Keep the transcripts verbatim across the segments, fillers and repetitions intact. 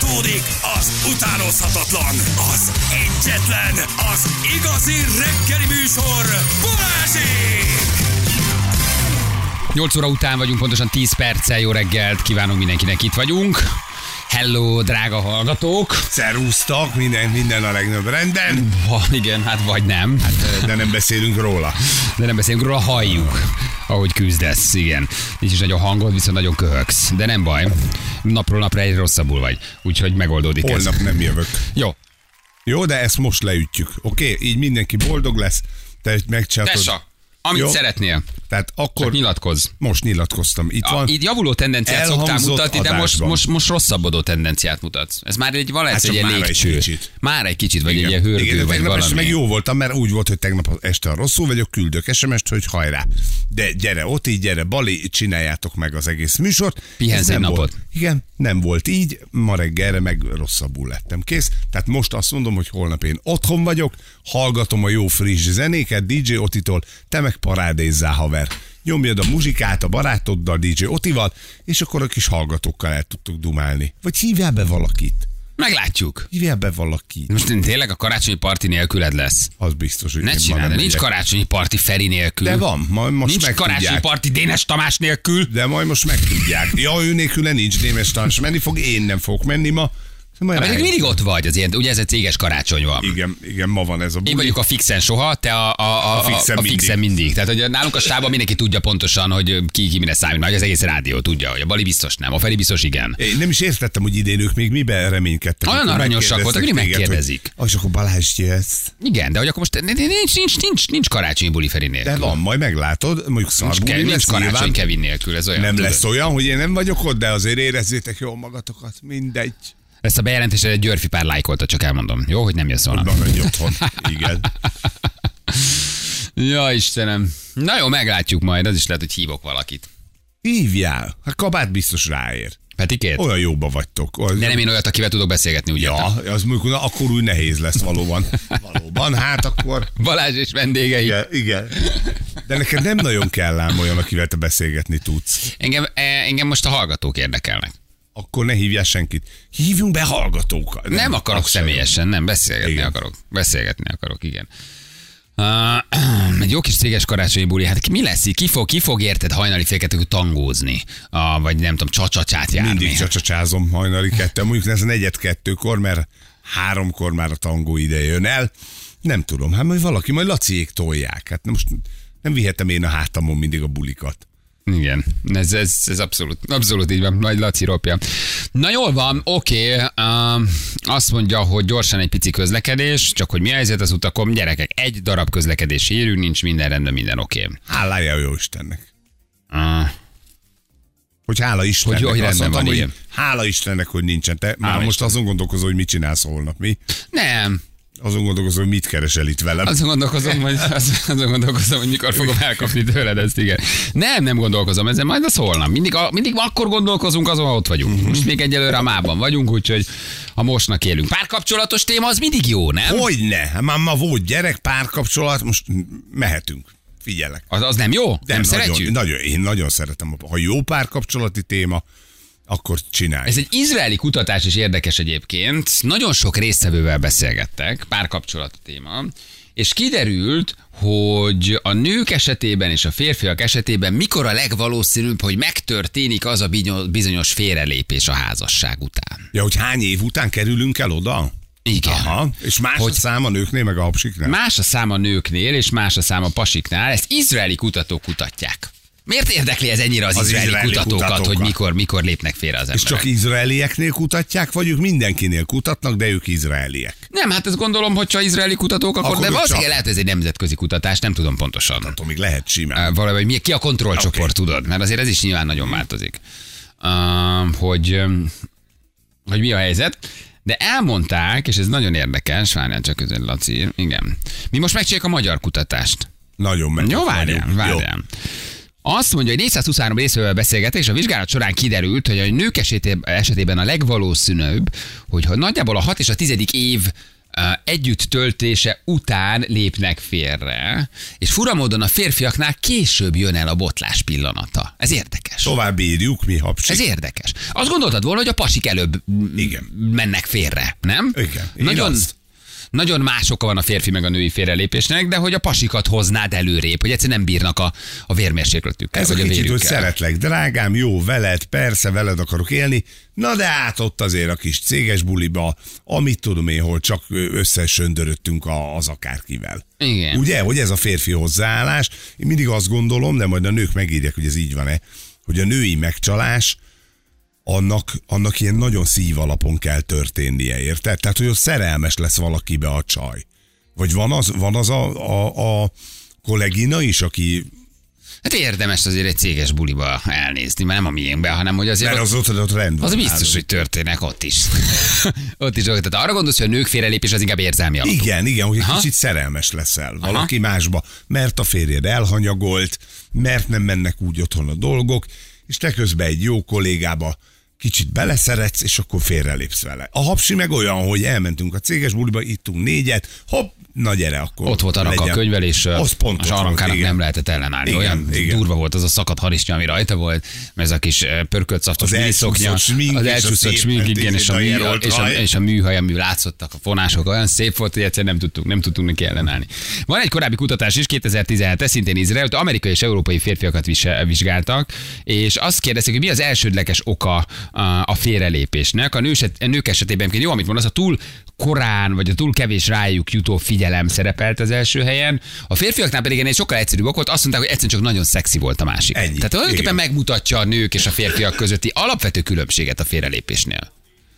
Fújtatódik az utánozhatatlan, az egyetlen, az igazi reggeli műsor, Balázsék! nyolc óra után vagyunk, pontosan tíz perccel. Jó reggelt kívánunk mindenkinek, itt vagyunk. Hello, drága hallgatók! Szerúztak, minden, minden a legnagyobb rendben. Va, igen, hát vagy nem. Hát, de nem beszélünk róla. De nem beszélünk róla, halljuk, ahogy küzdesz, igen. Nincs is nagyon hangod, viszont nagyon köhögsz. De nem baj, napról napra egyre rosszabbul vagy. Úgyhogy megoldódik ez. Holnap nem jövök. Jó. Jó, de ezt most leütjük. Oké? Okay? Így mindenki boldog lesz. Te megcsinálod. Tessa, amit jó? Szeretnél. Tehát akkor... Csak nyilatkozz. Most nyilatkoztam. Itt A, van. Itt javuló tendenciát szoktál mutatni, de most, most, most rosszabbodó tendenciát mutatsz. Ez már egy valami, hát egy ilyen légcső. Egy kicsit. Már egy kicsit, vagy igen. Egy ilyen hörgő, igen, vagy valami. Este meg jó voltam, mert úgy volt, hogy tegnap este rosszul vagyok, küldök es em est, hogy hajrá. De gyere ott így, gyere Bali, csináljátok meg az egész műsort. Pihensz egy napot. Volt. Igen, nem volt így, ma reggelre meg rosszabbul lettem. Kész. Tehát most azt mondom, hogy holnap én otthon vagyok, hallgatom a jó friss zenéket dé dzsé Otitól, te meg parádézzál, haver. Nyomjad a muzsikát a barátoddal, dé dzsé Otival, és akkor a kis hallgatókkal el tudtuk dumálni. Vagy hívjál be valakit. Meglátjuk. Hívjál be valakit. Most tényleg a karácsonyi parti nélküled lesz. Az biztos, hogy ne csináld, nincs megyek. Karácsonyi parti Feri nélkül. De van, majd most nincs megtudják. Karácsonyi parti Dénes Tamás nélkül. De majd most megtudják. Ja, ő nélküle nincs Dénes Tamás. Menni fog, én nem fogok menni ma. Hát pedig mindig ott vagy, az ilyen, ugye ez egy céges karácsony van. Igen, igen, ma van ez a buli. Én vagyok a fixen soha, te a, a, a, a, fixen, a fixen mindig. mindig. Tehát, hogy nálunk a stában mindenki tudja pontosan, hogy ki, ki mire számít, mert az egész rádió tudja, hogy a Bali biztos nem, a Feri biztos igen. Én nem is értettem, hogy idén ők még miben reménykedtek. Olyan aranyosak voltak, hogy megkérdezik. Hogy, és akkor Balázs jössz. Igen, de hogy akkor most nincs, nincs, nincs, nincs karácsonyi buli Feri nélkül. De van, majd meglátod, mondjuk szarbuli nincs karácsony Kevin nélkül, ez olyan. Nem tudod. lesz olyan, hogy én nem vagyok ott, de azért érezzétek jól magatokat, mindegy. Ezt a bejelentésre egy Györfi pár lájkolta, csak elmondom. Jó, hogy nem jössz volna. Van egy otthon. Igen. Ja, Istenem. Na jó, meglátjuk majd. Az is lehet, hogy hívok valakit. Hívjál. Hát Kabát biztos ráér. Petikét? Olyan jóba vagytok. Az... De nem én olyat, akivel tudok beszélgetni, ugye? Ja, az mondjuk, na, akkor úgy nehéz lesz valóban. Valóban, hát akkor... Balázs és vendégei. Igen, igen. De neked nem nagyon kell ám olyan, akivel te beszélgetni tudsz. Engem, engem most a hallgatók érdekelnek. Akkor ne hívjál senkit. Hívjunk be hallgatókat. Nem, nem akarok személyesen, nem, beszélgetni igen. akarok. Beszélgetni akarok, igen. Uh, egy jó kis céges karácsonyi buli, hát mi lesz? Ki fog, ki fog érted hajnali fél kettőkor tangózni? Uh, vagy nem tudom, csacsacsát járni? Mindig csacsacsázom hajnali kettő. Mondjuk ez a negyed kettőkor, mert háromkor már a tangó ide jön el. Nem tudom, hát majd valaki, majd Laciék tolják. Hát most nem vihetem én a hátamon mindig a bulikat. Igen, ez, ez, ez abszolút, abszolút így van, nagy Laci ropja. Na jól van, oké, okay. uh, azt mondja, hogy gyorsan egy pici közlekedés, csak hogy mi a helyzet az utakon, gyerekek, egy darab közlekedési hírünk nincs, minden rendben, minden oké. Okay. Hálája a jó Istennek. Uh, hogy hála Istennek. Hogy, hogy azt rendben mondtam, van, hogy hála Istennek, hogy nincsen. Te már hála most Isten. azon gondolkozol, hogy mit csinálsz holnap, mi? Nem. Azon gondolkozom, hogy mit keresel itt velem. Azon gondolkozom, hogy, azon gondolkozom, hogy mikor fogom elkapni tőled ezt, igen. Nem, nem gondolkozom ezen, majd az holnap. Mindig, a, mindig akkor gondolkozunk azon, ha ott vagyunk. Most még egyelőre a mában vagyunk, úgyhogy a mostnak élünk. Párkapcsolatos téma az mindig jó, nem? Hogyne? Már ma volt gyerek, párkapcsolat, most mehetünk. Figyelek. Az, az nem jó? Nem, nem nagyon, szeretjük? Nagyon, én nagyon szeretem. Ha jó párkapcsolati téma, akkor csinálj. Ez egy izraeli kutatás is érdekes egyébként. Nagyon sok résztvevővel beszélgettek, párkapcsolat téma, és kiderült, hogy a nők esetében és a férfiak esetében mikor a legvalószínűbb, hogy megtörténik az a bizonyos félrelépés a házasság után. Ja, hogy hány év után kerülünk el oda? Igen. Aha. És más hogy a szám a nőknél, meg a hapsiknál? Más a szám a nőknél, és más a szám a pasiknál. Ezt izraeli kutatók kutatják. Miért érdekli ez ennyire az, az izraeli, izraeli kutatókat, kutatókat, hogy mikor, mikor lépnek félre az emberek? És csak izraelieknél kutatják, vagy ők mindenkinél kutatnak, de ők izraeliek? Nem, hát ezt gondolom, hogy csak izraeli kutatók, akkor, akkor de valószínűleg csak... lehet, hogy ez egy nemzetközi kutatás, nem tudom pontosan. Attól még lehet simán. Valahogy mi, ki a kontrollcsoport, okay. Tudod? Mert azért ez is nyilván nagyon változik. Uh, hogy, hogy mi a helyzet. De elmondták, és ez nagyon érdekes, várjál csak közön, Laci, igen. Mi most megcsináljuk a magyar kutatást. Nagyon meg. Jó, várjál, várjál. Azt mondja, hogy négyszázhuszonhárom részvevővel beszélgetek, és a vizsgálat során kiderült, hogy a nők esetében a legvalószínűbb, hogy nagyjából a hat és a tizedik év együtt töltése után lépnek félre, és fura módon a férfiaknál később jön el a botlás pillanata. Ez érdekes. Tovább írjuk, mi hapsik. Ez érdekes. Azt gondoltad volna, hogy a pasik előbb Igen. mennek félre, nem? Igen. Nagyon, nagyon más oka van a férfi meg a női félrelépésnek, de hogy a pasikat hoznád előrébb, hogy egyszerűen nem bírnak a, a vérmérsékletükkel, Ez vagy a a kicsit, hogy vérükkel. szeretlek, drágám, jó, veled, persze, veled akarok élni, na de hát ott azért a kis céges buliba, amit tudom én, hol csak összesöndöröttünk a, az akárkivel. Igen. Ugye, hogy ez a férfi hozzáállás, én mindig azt gondolom, de majd a nők megírják, hogy ez így van-e, hogy a női megcsalás annak, annak ilyen nagyon szív alapon kell történnie, érted? Tehát, hogy ott szerelmes lesz valakibe a csaj. Vagy van az, van az a, a, a kollégina is, aki... Hát érdemes azért egy céges buliba elnézni, mert nem a miénkben, hanem hogy azért... Mert az ott, ott rend van. Az biztos, hogy történnek ott is. ott is. Tehát arra gondolsz, hogy a nők félrelépés az inkább érzelmi alapú. Igen, igen, hogy egy Aha. kicsit szerelmes leszel valaki Aha. másba, mert a férjed elhanyagolt, mert nem mennek úgy otthon a dolgok, és te közben egy jó kollégába kicsit beleszeretsz, és akkor félrelépsz vele. A hapsi meg olyan, hogy elmentünk a céges buliba, ittunk négyet, hopp, na gyere, akkor ott volt a rak a könyvel, és az a sarankának nem lehetett ellenállni. Igen, Olyan igen. durva volt az a szakadt harisnya, ami rajta volt, mert ez a kis pörkölt szaftos Az miniszoknya, elcsúszott smink az és a elcsúszott szép smink, igen, és a, mentén, mű, a és, a, haj. és a műhaj, ami látszottak a fonások, olyan szép volt, hogy egyszerűen nem tudtuk, nem tudtunk neki ellenállni. Van egy korábbi kutatás is, kétezer-tizenhetes, szintén Izrael, amerikai és európai férfiakat vizsgáltak, és azt kérdezték, hogy mi az elsődleges oka a, a félrelépésnek. A, nős, a nők esetében, jó, amit mondasz, a túl korán, vagy a túl kevés rájuk jutó figyelem szerepelt az első helyen. A férfiaknál pedig egy sokkal egyszerűbb ok volt, azt mondták, hogy egyszerűen csak nagyon szexi volt a másik. Ennyi. Tehát tulajdonképpen Igen. megmutatja a nők és a férfiak közötti alapvető különbséget a félrelépésnél.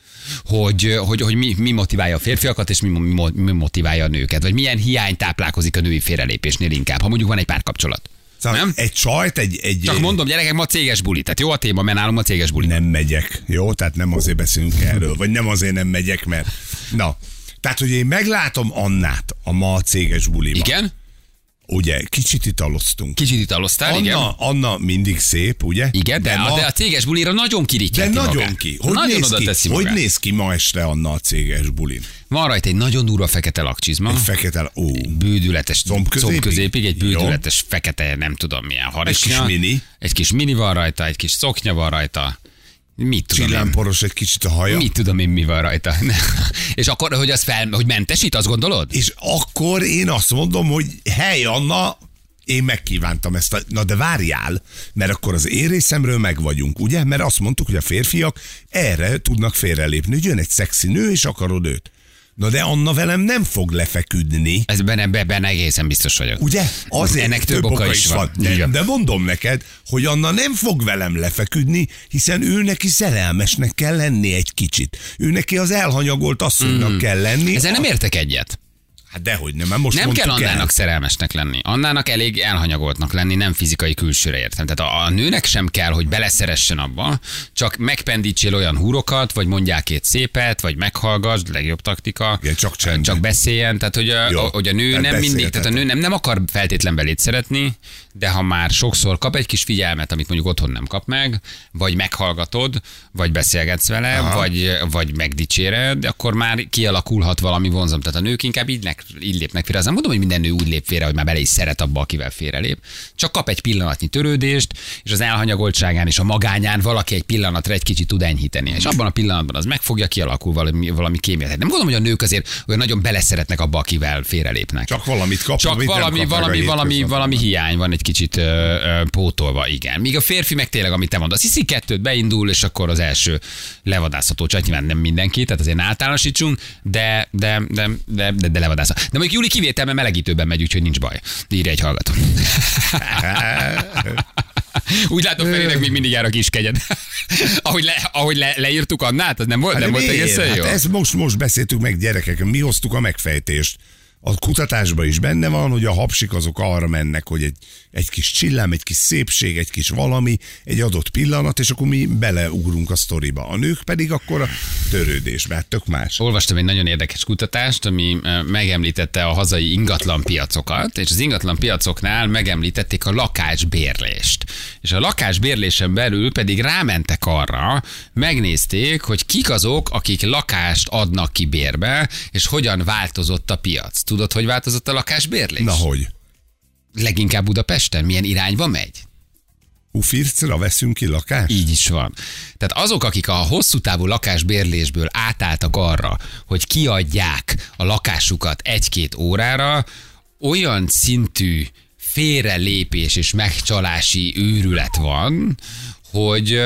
Hogy, hogy, hogy mi, mi motiválja a férfiakat, és mi, mi, mi motiválja a nőket. Vagy milyen hiány táplálkozik a női félrelépésnél inkább, ha mondjuk van egy párkapcsolat. Szóval Nem? egy csajt, egy... egy Csak mondom, gyerekek, ma céges buli. Tehát jó a téma, mert nálunk a céges buli. Nem megyek, jó? Tehát nem azért beszélünk erről, vagy nem azért nem megyek, mert... Na, tehát, hogy én meglátom Annát a ma a céges buliban. Igen? Ugye, kicsit italoztunk. Kicsit italoztál, Anna, igen? Anna mindig szép, ugye? Igen, de, de, ma, a, de a céges bulira nagyon de kirítjeti nagyon magát. ki. Hogy, nagyon néz oda ki? teszi hogy magát. néz ki ma este Anna a céges bulin? Van rajta egy nagyon durva fekete lakcsizma. Egy fekete, ó, Bődületes Combközépig? combközépig, egy Jó. bődületes fekete, nem tudom milyen harisnya. kis mini. Egy kis mini van rajta, egy kis szoknya van rajta. Mit tudom én? csillámporos egy kicsit a haja. Mit tudom én, mi van rajta. És akkor, hogy az fel, hogy mentesít, azt gondolod? És akkor én azt mondom, hogy hely Anna, én megkívántam ezt a... Na de várjál, mert akkor az én részemről meg vagyunk, ugye? Mert azt mondtuk, hogy a férfiak erre tudnak félrelépni, hogy jön egy szexi nő, és akarod őt. Na de Anna velem nem fog lefeküdni. Ez benne, benne egészen biztos vagyok. Ugye? Azért Ennek több oka is van. De, Igen. de mondom neked, hogy Anna nem fog velem lefeküdni, hiszen ő neki szerelmesnek kell lenni egy kicsit. Ő neki az elhanyagolt asszonynak mm. kell lenni. Ezzel nem értek egyet. Hát dehogy nem, mert most Nem kell mondtuk Annának el. szerelmesnek lenni. Annának elég elhanyagoltnak lenni, nem fizikai külsőre értem. Tehát a, a nőnek sem kell, hogy beleszeressen abba, csak megpendítsél olyan húrokat, vagy mondják két szépet, vagy meghallgass, legjobb taktika. Igen, csak csendben. Csak beszéljen, tehát hogy a, Jó, hogy a nő tehát nem mindig, tehát a beszélhetek. nő nem, nem akar feltétlen belét szeretni, de ha már sokszor kap egy kis figyelmet, amit mondjuk otthon nem kap meg, vagy meghallgatod, vagy beszélgetsz vele, vagy, vagy megdicséred, akkor már kialakulhat valami vonzalom. Tehát a nők inkább így, így lépnek félre. Az nem mondom, hogy minden nő úgy lép félre, hogy már bele is szeret abba, akivel félrelép. Csak kap egy pillanatnyi törődést, és az elhanyagoltságán és a magányán valaki egy pillanatra egy kicsit tud enyhíteni. És abban a pillanatban az megfogja, kialakul valami, valami kémia. Tehát nem gondolom, hogy a nők azért olyan nagyon beleszeretnek abba, akivel félrelépnek. Csak valamit kap, Csak amit nem valami, kap meg a valami, valami, hétköznapokban. valami hiány van egy kicsit ö, ö, pótolva, igen. Míg a férfi meg tényleg, amit te mondasz, hiszi kettőt beindul, és akkor az első levadászható csaj, nyilván nem mindenki, tehát azért ne általánosítsunk, de, de, de, de, de, de levadászhat. De mondjuk Júli kivétel, mert melegítőben megy, úgyhogy nincs baj. Írja egy hallgató. Úgy látom, Ferinek még mindig jár a kiskegyed. ahogy le, ahogy le, leírtuk Annát, az nem volt, Hát nem de volt miért? egészen jó? Hát ezt most, most beszéltük meg, gyerekek, mi hoztuk a megfejtést. A kutatásban is benne van, hogy a hapsik azok arra mennek, hogy egy, egy kis csillám, egy kis szépség, egy kis valami, egy adott pillanat, és akkor mi beleugrunk a sztoriba. A nők pedig akkor a törődésbe, hát tök más. Olvastam egy nagyon érdekes kutatást, ami megemlítette a hazai ingatlan piacokat, és az ingatlan piacoknál megemlítették a lakásbérlést. És a lakásbérlésen belül pedig rámentek arra, megnézték, hogy kik azok, akik lakást adnak ki bérbe, és hogyan változott a piac. Tudod, hogy változott a lakásbérlés? Na hogy? Leginkább Budapesten? Milyen irányba megy? Ufircra veszünk ki lakást? Így is van. Tehát azok, akik a hosszú távú lakásbérlésből átálltak arra, hogy kiadják a lakásukat egy-két órára, olyan szintű félrelépés és megcsalási őrület van, hogy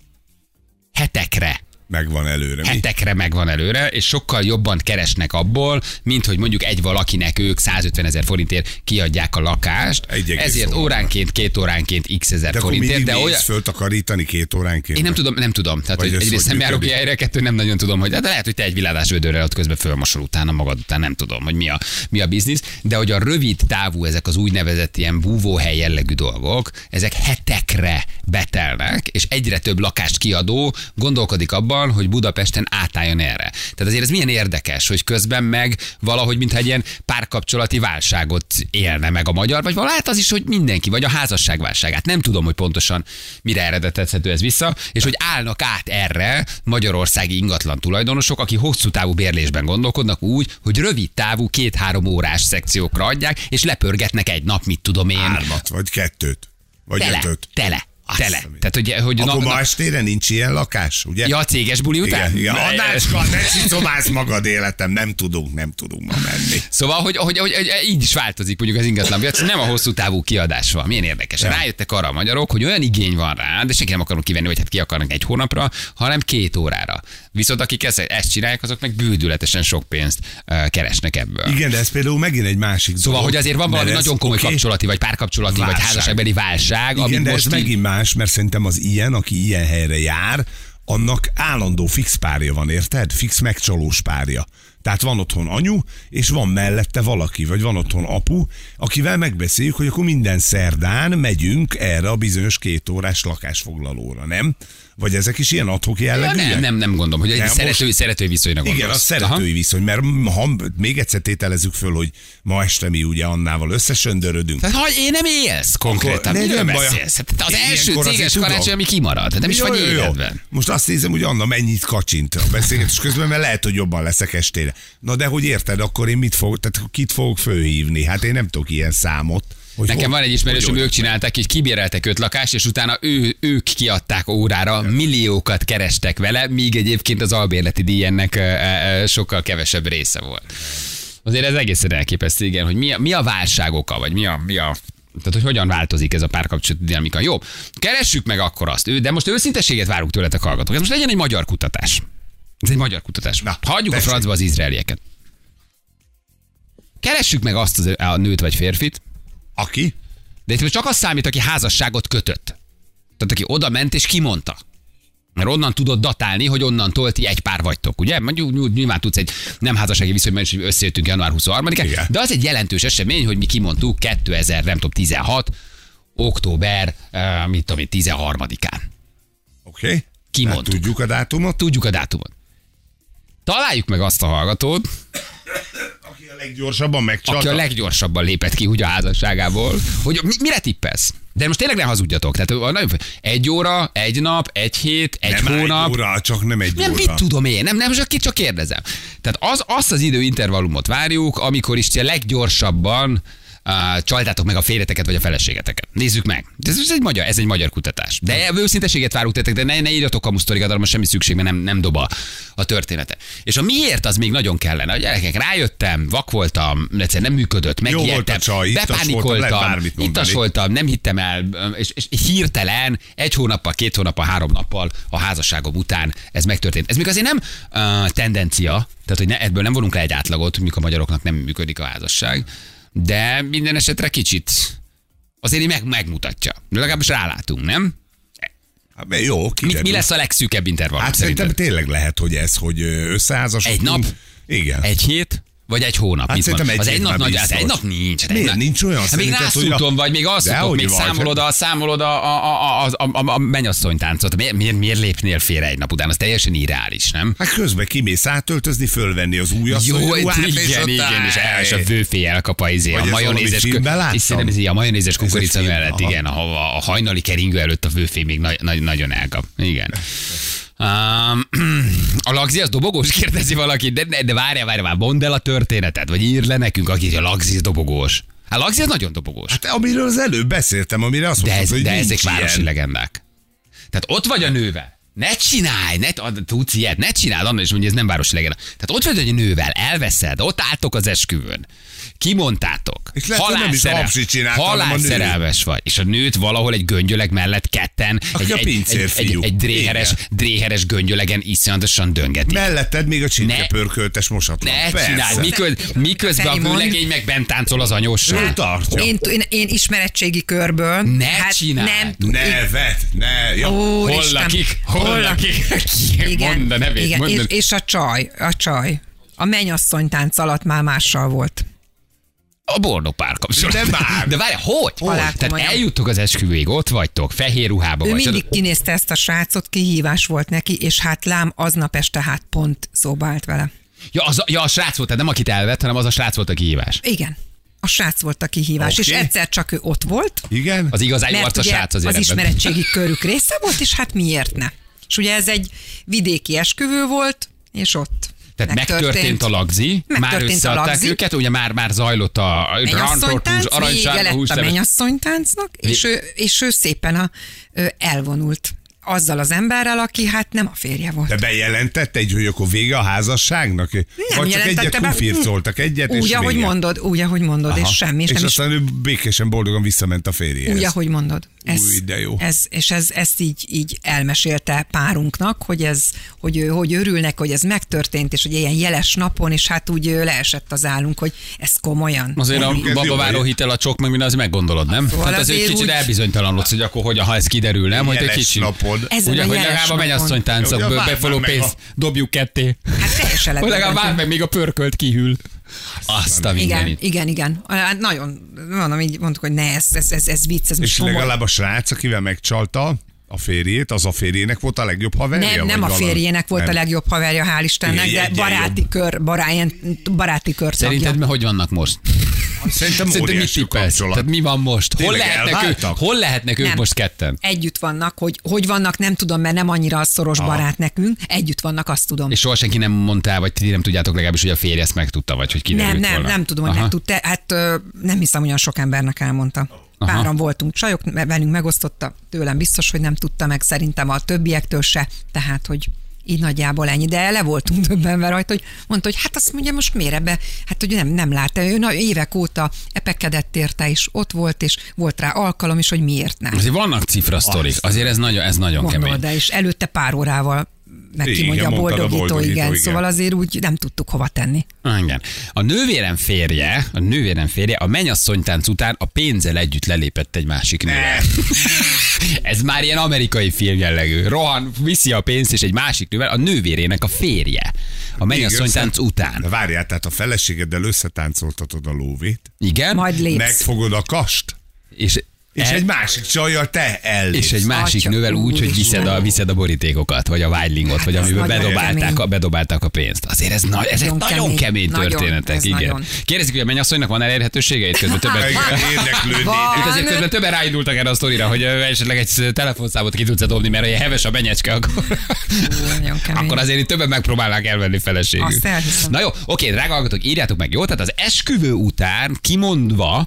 hetekre megvan előre. Hetekre megvan előre, és sokkal jobban keresnek abból, mint hogy mondjuk egy valakinek ők százötven ezer forintért kiadják a lakást. Ezért óra. óránként, két óránként x ezer de forintért. De olyan... föltakarítani két óránként? Én nem tudom, nem tudom. Tehát, hogy egyrészt nem járok ki helyre, kettő nem nagyon tudom, hogy de lehet, hogy te egy viládás vödörrel ott közben fölmosol utána magad után, nem tudom, hogy mi a, mi a biznisz. De hogy a rövid távú, ezek az úgynevezett ilyen búvóhely jellegű dolgok, ezek hetekre betelnek, és egyre több lakást kiadó gondolkodik abban, hogy Budapesten átálljon erre. Tehát azért ez milyen érdekes, hogy közben meg valahogy mintha egy ilyen párkapcsolati válságot élne meg a magyar, vagy valahogy az is, hogy mindenki, vagy a házasságválságát. Nem tudom, hogy pontosan mire eredetezhető ez vissza, és hogy állnak át erre magyarországi ingatlan tulajdonosok, akik hosszú távú bérlésben gondolkodnak úgy, hogy rövid távú két-három órás szekciókra adják, és lepörgetnek egy nap, mit tudom én. Hármat, vagy kettőt, vagy tele, ötöt. Tele. Tele. Tehát, hogy, hogy akkor na, ma na, estére nincs ilyen lakás, ugye? Ja, a céges buli után? Igen, igen. Adáska, ne szicomálsz magad életem, nem tudunk, nem tudunk ma menni. Szóval, hogy, hogy, hogy, hogy így is változik mondjuk az ingatlanpiac, nem a hosszú távú kiadás van. Milyen érdekes. Ja. Rájöttek arra a magyarok, hogy olyan igény van rá, de senki nem akarunk kivenni, hogy hát ki akarnak egy hónapra, hanem két órára. Viszont akik ezt, ezt csinálják, azok meg bődületesen sok pénzt uh, keresnek ebből. Igen, de ez például megint egy másik Szóval, dolog, hogy azért van valami nagyon komoly okay. kapcsolati, vagy párkapcsolati, válság. Vagy házasságbeli válság. Igen, de most ez így... megint más, mert szerintem az ilyen, aki ilyen helyre jár, annak állandó fix párja van, érted? Fix megcsalós párja. Tehát van otthon anyu, és van mellette valaki, vagy van otthon apu, akivel megbeszéljük, hogy akkor minden szerdán megyünk erre a bizonyos két órás lakásfoglalóra, nem? Vagy ezek is ilyen adhok jellegűek? Ja, nem, nem, nem gondolom, hogy egy szeretői, most... szeretői viszonyra gondolsz. Igen, a szeretői Aha. viszony, mert ha még egyszer tételezzük föl, hogy ma este mi ugye Annával összesöndörödünk. Tehát ha én nem élsz konkrétan, miről beszélsz? Hát az első céges karácsony, ami kimarad, nem is vagy életben. Most azt nézem, hogy Anna mennyit kacsint a beszélgetés közben, mert lehet, hogy jobban leszek estére. Na de hogy érted, akkor én mit fog, tehát kit fogok fölhívni? Hát én nem tudok ilyen számot. Hogy Nekem hol, van egy ismerősöm, ők csinálták, hogy kibéreltek öt lakást, és utána ő, ők kiadták órára, milliókat kerestek vele, míg egyébként az albérleti díj ennek sokkal kevesebb része volt. Azért ez egészen elképesztő, igen, hogy mi a, mi a válság oka, vagy mi a, mi a tehát, hogy hogyan változik ez a párkapcsolati dinamika. Jó, keressük meg akkor azt, de most őszintességet várunk tőletek, hallgatók. Ez most legyen egy magyar kutatás. Ez egy magyar kutatás. Na, hagyjuk tessék. A francba az izraelieket. Keressük meg azt az, a nőt vagy férfit, aki? De itt csak az számít, aki házasságot kötött. Tehát aki oda ment és kimondta. Mert onnan tudod datálni, hogy onnantól ti egy pár vagytok, ugye? Mondjuk nyilván tudsz egy nem házassági viszonyban is, hogy összejöttünk január huszonharmadikán, igen. De az egy jelentős esemény, hogy mi kimondtuk kétezer-tizenhat. október, uh, mit tudom én, tizenharmadikán. Oké. Okay. Kimondtuk. Hát tudjuk a dátumot? Tudjuk a dátumot. Találjuk meg azt a hallgatót, aki a leggyorsabban megcsalta. Aki a leggyorsabban lépett ki úgy a házasságából, hogy mi, mire tippelsz? De most tényleg ne hazudjatok. Tehát nagyon, egy óra, egy nap, egy hét, egy nem hónap. Nem egy óra, csak nem egy nem, óra. Mit tudom én? Nem, nem, csak, csak kérdezem. Tehát az, azt az időintervallumot várjuk, amikor is a leggyorsabban Uh, csaltátok meg a férjeteket vagy a feleségeteket. Nézzük meg. Ez, ez, egy, magyar, ez egy magyar kutatás. De őszinteséget várunk tőletek, de ne, ne írjatok kamusztorikat, arra most semmi szükség, mert nem, nem dob a, a története. És a miért az még nagyon kellene. A gyerekek, rájöttem, vak voltam, egyszerűen nem működött, megijedtem, bepánikoltam, ittas voltam, nem hittem el, és, és hirtelen egy hónappal, két hónappal, három nappal a házasságom után ez megtörtént. Ez még azért nem uh, tendencia, tehát hogy ne, ebből nem vonunk le egy átlagot, mikor a magyaroknak nem működik a házasság. De minden esetre kicsit azért meg, megmutatja. Legalábbis rálátunk, nem? Hát, jó, mi, mi lesz a legszűkebb intervallum? Hát szerintem tényleg lehet, hogy ez, hogy összeházasodunk. Egy nap? Igen. Egy hét? Vagy egy hónap? Hát mit szerintem mond? egy Az egy hét nap már nagy, az egy biztos. nap nincs. Hát egy Miért nap- nincs olyan? Hát még Szerinted, hogy a- rászúton vagy, még alszutok, Dehogy még vagy. számolod a, számolod a, a, a, a, a, a mennyasszonytáncot. Miért, miért, miért lépnél félre egy nap után? Az teljesen irreális, nem? Hát közben kimész átöltözni, fölvenni az új Jó, asszony ruhát, és igen, ott igen, és, el, és a állj. vőfély elkap a, izé, Vagy a ez valami majonézes, filmben láttam? és szerintem ez így a majonézes kukorica film, mellett, aha. igen, a, a hajnali keringő előtt a vőfély még nagy, nagy, nagyon elkap. Igen. Um, a lagzi az dobogós, kérdezi valaki, de, de, de várjál, várjál, várjál, mondd el a történetet, vagy írd le nekünk, aki a lagzi az dobogós. Hát a lagzi az nagyon dobogós. Hát amiről az előbb beszéltem, amire azt De, mondtad, ez, hogy de nincs ezek városi ilyen. legendák. Tehát ott vagy a nővel. Ne csinálj, ne tudsz ilyet, ne csináld, annak is mondja, ez nem városi legenda. Tehát ott vagy a nővel, elveszed, ott álltok az esküvőn. Kimondtátok. És lehet, hogy nem is Apsi csinálta, hanem a nő. Halálszerelmes vagy. És a nőt valahol egy göngyöleg mellett ketten Aki a egy, pincér egy, egy, fiú. egy dréheres, Igen. dréheres göngyölegen iszonyatosan döngetik. Melletted még a Ne- csirkepörköltes mosatlan. Ne Persze. csinálj, miköz, miközben a Feri mond. vőlegény meg bent táncol az anyóssal. Ő tartja. Én, én, én ismeretségi körből. Ne hát csináld. Nem, Ne vet, ne. Ja. Ó, Hol Isten. lakik? Hol lakik? Igen, Mondd a nevét, igen. mondd a- És, és a csaj, a csaj. A mennyasszonytánc alatt már mással volt. A boldog párkapcsolat. De már. De várj, hogy? Alá Tehát komolyan. eljuttok az esküvőig, ott vagytok, fehér ruhába Ő vagy. mindig kinézte ezt a srácot, kihívás volt neki, és hát lám aznap este hát pont szóba állt vele. Ja, az, ja, a srác volt, tehát nem akit elvett, hanem az a srác volt a kihívás. Igen. A srác volt a kihívás, Oké. és egyszer csak ő ott volt, Igen? Az igazán jó mert arc a ugye srác azért az ebben. ismeretségi körük része volt, és hát miért ne? És ugye ez egy vidéki esküvő volt, és ott Tehát megtörtént a lagzi, már Megtörtént a összeadták lagzi. őket, ugye már, már zajlott a mennyasszonytánc, vége aranysárga lett hús. a mennyasszonytáncnak, és ő, és ő szépen a, ö, elvonult azzal az emberrel, aki hát nem a férje volt. De bejelentette egy, hogy akkor vége a házasságnak? Nem Vagy csak jelentette egyet be. kufircoltak, egyet, és Úgy, ahogy vége? mondod, úgy, ahogy mondod, és Aha. semmi, és, És nem is aztán ő békésen boldogan visszament a férjéhez. úgy, ahogy mondod. Ez, Új, de jó. Ez, és ez, ezt így, így elmesélte párunknak, hogy ez, hogy, ő- hogy örülnek, hogy ez megtörtént, és hogy ilyen jeles napon, és hát úgy ö, leesett az állunk, hogy ez komolyan. Azért a Mondjuk ez babaváró jó. hitel a csok, meg minden, az meggondolod, nem? Szóval Tehát azért azért kicsit úgy- elbizonytalanodsz, hogy akkor hogyan, ha ez kiderül, nem? Hogy egy Jeles kicsit. napod. Ezen Ugye, a hogy jeles legalább a napon. mennyasszonytáncok Ugye, várd befoló már meg pénzt a- dobjuk ketté. Hát teljesen Hogy legalább lehetett. várd meg, még a pörkölt kihűl. Azt a Igen, mindenit. igen, igen. Hát nagyon, mondom, így mondtuk, hogy ne, ez, ez, ez, ez vicc, ez most És komoly. legalább a srác, akivel megcsalta a férjét, az a férjének volt a legjobb haverja? Nem, vagy nem a valami? férjének volt Nem. a legjobb haverja, hál' Istennek, Igen, de egyen baráti jobb. kör, barátien, baráti kör Szerinted tagja. mi- hogy vannak most? Szerintem Szerinted mit óriási tippelsz? kapcsolat. Tehát mi van most? Hol Tényleg lehetnek, ők, elváltak? hol lehetnek ők Nem. most ketten? Együtt vannak, hogy hogy vannak, nem tudom, mert nem annyira a szoros Aha. barát nekünk. Együtt vannak, azt tudom. És soha senki nem mondta el, vagy ti nem tudjátok legalábbis, hogy a férje ezt megtudta, vagy hogy kiderült Nem, nem, volna. nem tudom, hogy Aha. megtudta. Hát ö, nem hiszem, hogy olyan sok embernek elmondta. Aha. Páran voltunk csajok, mert velünk megosztotta, tőlem biztos, hogy nem tudta meg, szerintem a többiektől se, tehát, hogy így nagyjából ennyi, de le voltunk többen rajta, hogy mondta, hogy hát azt mondja, most miért ebbe, hát hogy nem, nem látta, ő na, évek óta epekedett érte, és ott volt, és volt rá alkalom is, hogy miért nem. Azért vannak cifra sztorik, azért ez nagyon, ez nagyon kemény. Gondold, de és előtte pár órával meg Igen, kimondja a mondtad a boldogító, boldogító, igen. igen. Szóval azért úgy nem tudtuk hova tenni. Ah, igen. A nővérem férje, a nővérem férje a mennyasszonytánc után a pénzzel együtt lelépett egy másik nővel. Ez már ilyen amerikai film jellegű. Rohan, viszi a pénzt, és egy másik nővel, a nővérének a férje. A mennyasszonytánc De után. várjál, tehát a feleségeddel összetáncoltatod a lóvét, Igen? Majd lépsz. megfogod a kast, És, és el- egy másik csajjal te ellépsz. és egy másik Atya, nővel úgy, hogy úristen. viszed a, viszed a borítékokat, vagy a vágylingot, vagy ez amiben nagyon bedobálták, a, kemény. bedobálták a pénzt. Azért ez, na, ezek Nagyon nagyon kemény, kemény. Nagyon, történetek. ez Igen. nagyon. Kérdezik, hogy a mennyasszonynak van elérhetősége? Itt közben többet, Igen, érdeklődni. Van. Itt azért közben többen ráindultak erre a sztorira, hogy ö, esetleg egy telefonszámot ki tudsz dobni, mert olyan heves a benyecske, akkor, Ú, nagyon kemény. akkor azért itt többen megpróbálnák elvenni feleségül. Azt elhiszem. Na jó, oké, drága hallgatók, írjátok meg, jó? Tehát az esküvő után kimondva,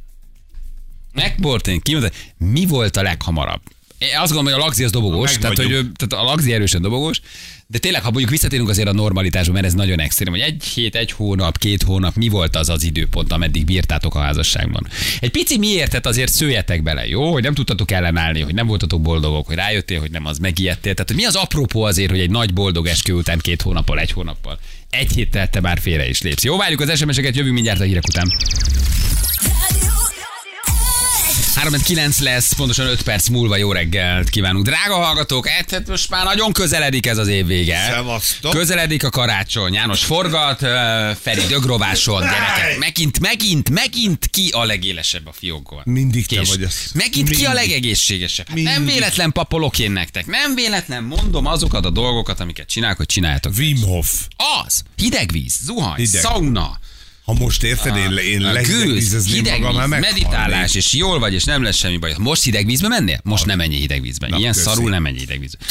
megbortén, kimondva, mi volt a leghamarabb? Én azt gondolom, hogy a lagzi az dobogós, Meg tehát, hogy, vagyunk. ő- tehát a lagzi erősen dobogós, de tényleg, ha mondjuk visszatérünk azért a normalitásba, mert ez nagyon extrém, hogy egy hét, egy hónap, két hónap, mi volt az az időpont, ameddig bírtátok a házasságban? Egy pici miértet azért szőjetek bele, jó? Hogy nem tudtatok ellenállni, hogy nem voltatok boldogok, hogy rájöttél, hogy nem az, megijedtél. Tehát, hogy mi az apropó azért, hogy egy nagy boldog eskü után két hónappal, egy hónappal, egy héttel te már félre is lépsz. Jó, várjuk az es em es-eket, jövünk mindjárt a hírek után. Radio X. három kilenc lesz, pontosan öt perc múlva jó reggelt kívánunk. Drága hallgatók, hát most már nagyon közeledik ez az év vége. Szevasztok. Közeledik a karácsony. János forgat, Feri dögrováson, gyerekek. Megint, megint, megint ki a legélesebb a fiókon. Mindig te Kés. vagy az. Megint Mindig. ki a legegészségesebb. Hát nem Mindig. véletlen papolok én nektek. Nem véletlen mondom azokat a dolgokat, amiket csinálok, hogy csináljátok. Wim Hof. Az. Hideg víz, zuhany, Hideg. szauna. Ha most érted, én, én A gőz, lehidegvízezném hideg magam, már víz, meghalnék. meditálás, és jól vagy, és nem lesz semmi baj. Most hideg vízbe mennél? Most nem menjél hideg vízbe. Na, Ilyen köszi. szarul nem menjél hideg vízbe.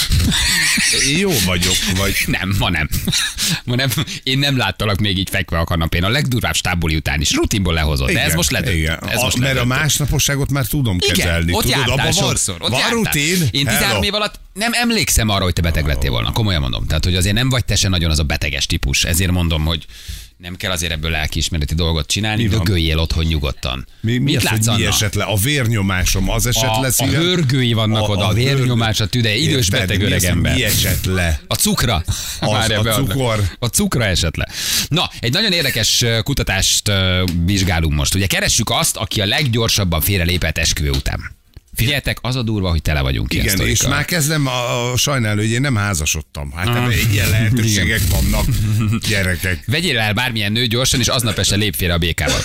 Én jó vagyok, vagy... Nem, ma nem. Ma nem. Én nem láttalak még így fekve a kanapén. A legdurvább stábbuli után is rutinból lehozott. De ez most ledönt. Igen. Ez a, most mert ledönt. a másnaposságot már tudom Igen, kezelni. ott Tudod, jártál abban sokszor. van, Ott van jártál. rutin. Én tizenhárom év alatt nem emlékszem arra, hogy te beteg lettél volna. Komolyan mondom. Tehát, hogy azért nem vagy te se nagyon az a beteges típus. Ezért mondom, hogy nem kell azért ebből lelkiismereti dolgot csinálni, Mi van? dögöljél otthon nyugodtan. Mi, mi Mit az, látsz, hogy mi Anna? esett le? A vérnyomásom az esett A, le a szívem? hörgői vannak A- oda, a a vérnyomás, a hörgő. tüdej, idős Érted, beteg mi öreg az, hogy ember. Mi esett le? A cukra. Az, Várjál, a beadnak. cukor. A cukra esett le. Na, egy nagyon érdekes ö, kutatást ö, vizsgálunk most. Ugye keressük azt, aki a leggyorsabban félrelépett esküvő után. Figyeljetek, az a durva, hogy tele vagyunk ilyen Igen, és sztorikkal. már kezdem a, a sajnálni, hogy én nem házasodtam. Hát Ah. ebben ilyen lehetőségek vannak, gyerekek. Vegyél el bármilyen nő gyorsan, és aznap este lép félre a békával.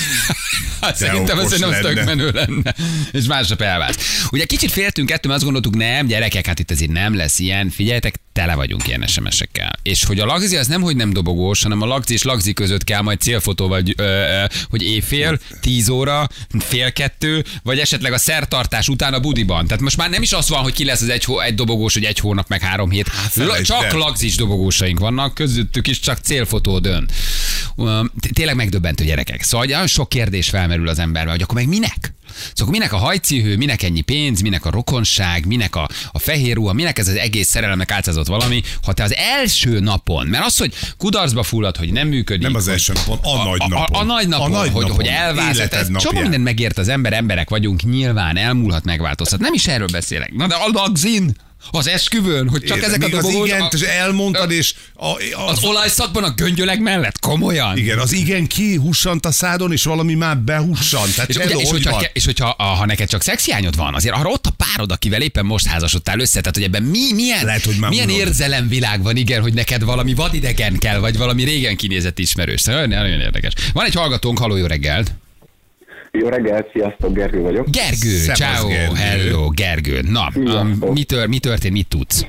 Hát szerintem ez okos nem tök lenne. menő lenne. És másnap elválsz. Ugye kicsit féltünk ettől, mert azt gondoltuk, nem, gyerekek, hát itt azért nem lesz ilyen. Figyeljetek, tele vagyunk ilyen es em es-ekkel. És hogy a lagzi az nem, hogy nem dobogós, hanem a lagzi és lagzi között kell majd célfotó, vagy ö, ö, hogy éjfél, tíz óra, fél kettő, vagy esetleg a szertartás után a budiban. Tehát most már nem is az van, hogy ki lesz az egy, hó, egy dobogós, hogy egy hónap, meg három hét. Hát, La, felejtsd csak el. lagzis dobogósaink vannak, közöttük is csak célfotó dön. Ö, Tényleg megdöbbentő, gyerekek. Szóval nagyon sok kérdés felmerül az emberben, hogy akkor meg minek? Szóval minek a hajcihő, minek ennyi pénz, minek a rokonság, minek a, a fehér ruha, minek ez az egész szerelemnek álcázott valami, ha te az első napon, mert az, hogy kudarcba fullad, hogy nem működik. Nem az hogy- első napon, a nagy napon. A, a, a nagy napon, A nagy hogy, napon, hogy elválsz. életed Ez csomó napján. mindent megért az ember, emberek vagyunk, nyilván elmúlhat, megváltozhat. Nem is erről beszélek. Na de a lagzin, az esküvőn, hogy csak Érted, ezek a még az dobogós... igent, és elmondtad, és a, Az olajszakban a göngyöleg mellett, komolyan. igen, az igen kihussant a szádon, és valami már behussant. Tehát És, hello, ugye, és, hogy hogyha, van? és hogyha a, ha neked csak szexiányod van, azért arra ott a párod, akivel éppen most házasodtál össze, tehát hogy ebben mi, milyen, Lehet, hogy már milyen unod. érzelemvilág van, igen, hogy neked valami vadidegen kell, vagy valami régen kinézett ismerős. Szóval nagyon, nagyon érdekes. Van egy hallgatónk, halló, jó reggelt. Jó reggelt, sziasztok, Gergő vagyok. Gergő, Szevasz, ciao, Gergő. hello, Gergő. Na, um, Sziasztok. mi, tör, mi történt, mit tudsz?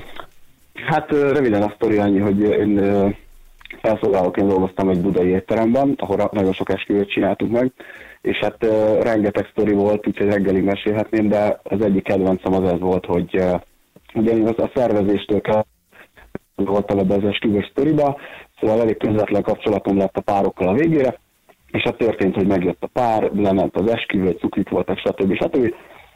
Hát ö, röviden a sztori annyi, hogy én ö, felszolgálóként dolgoztam egy budai étteremben, ahol nagyon sok esküvőt csináltunk meg, és hát ö, rengeteg sztori volt, úgyhogy reggelig mesélhetném, de az egyik kedvencem az ez volt, hogy ö, ugye én az a szervezéstől kell voltam ebbe az esküvős sztoriba, szóval elég közvetlen kapcsolatom lett a párokkal a végére, és hát történt, hogy megjött a pár, lement az esküvő, cukrik voltak, stb. stb.